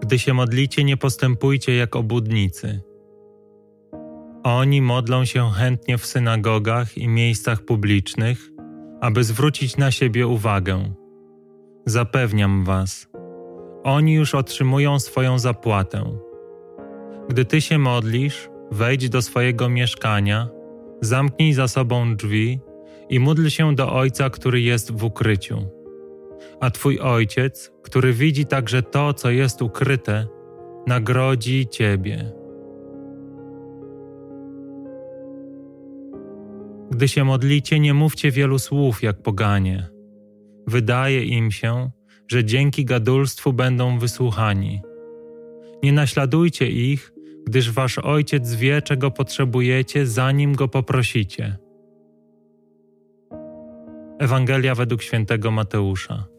Gdy się modlicie, nie postępujcie jak obłudnicy. Oni modlą się chętnie w synagogach i miejscach publicznych, aby zwrócić na siebie uwagę. Zapewniam was, oni już otrzymują swoją zapłatę. Gdy ty się modlisz, wejdź do swojego mieszkania, zamknij za sobą drzwi i módl się do Ojca, który jest w ukryciu. A twój Ojciec, który widzi także to, co jest ukryte, nagrodzi ciebie. Gdy się modlicie, nie mówcie wielu słów jak poganie. Wydaje im się, że dzięki gadulstwu będą wysłuchani. Nie naśladujcie ich, gdyż wasz Ojciec wie, czego potrzebujecie, zanim Go poprosicie. Ewangelia według świętego Mateusza.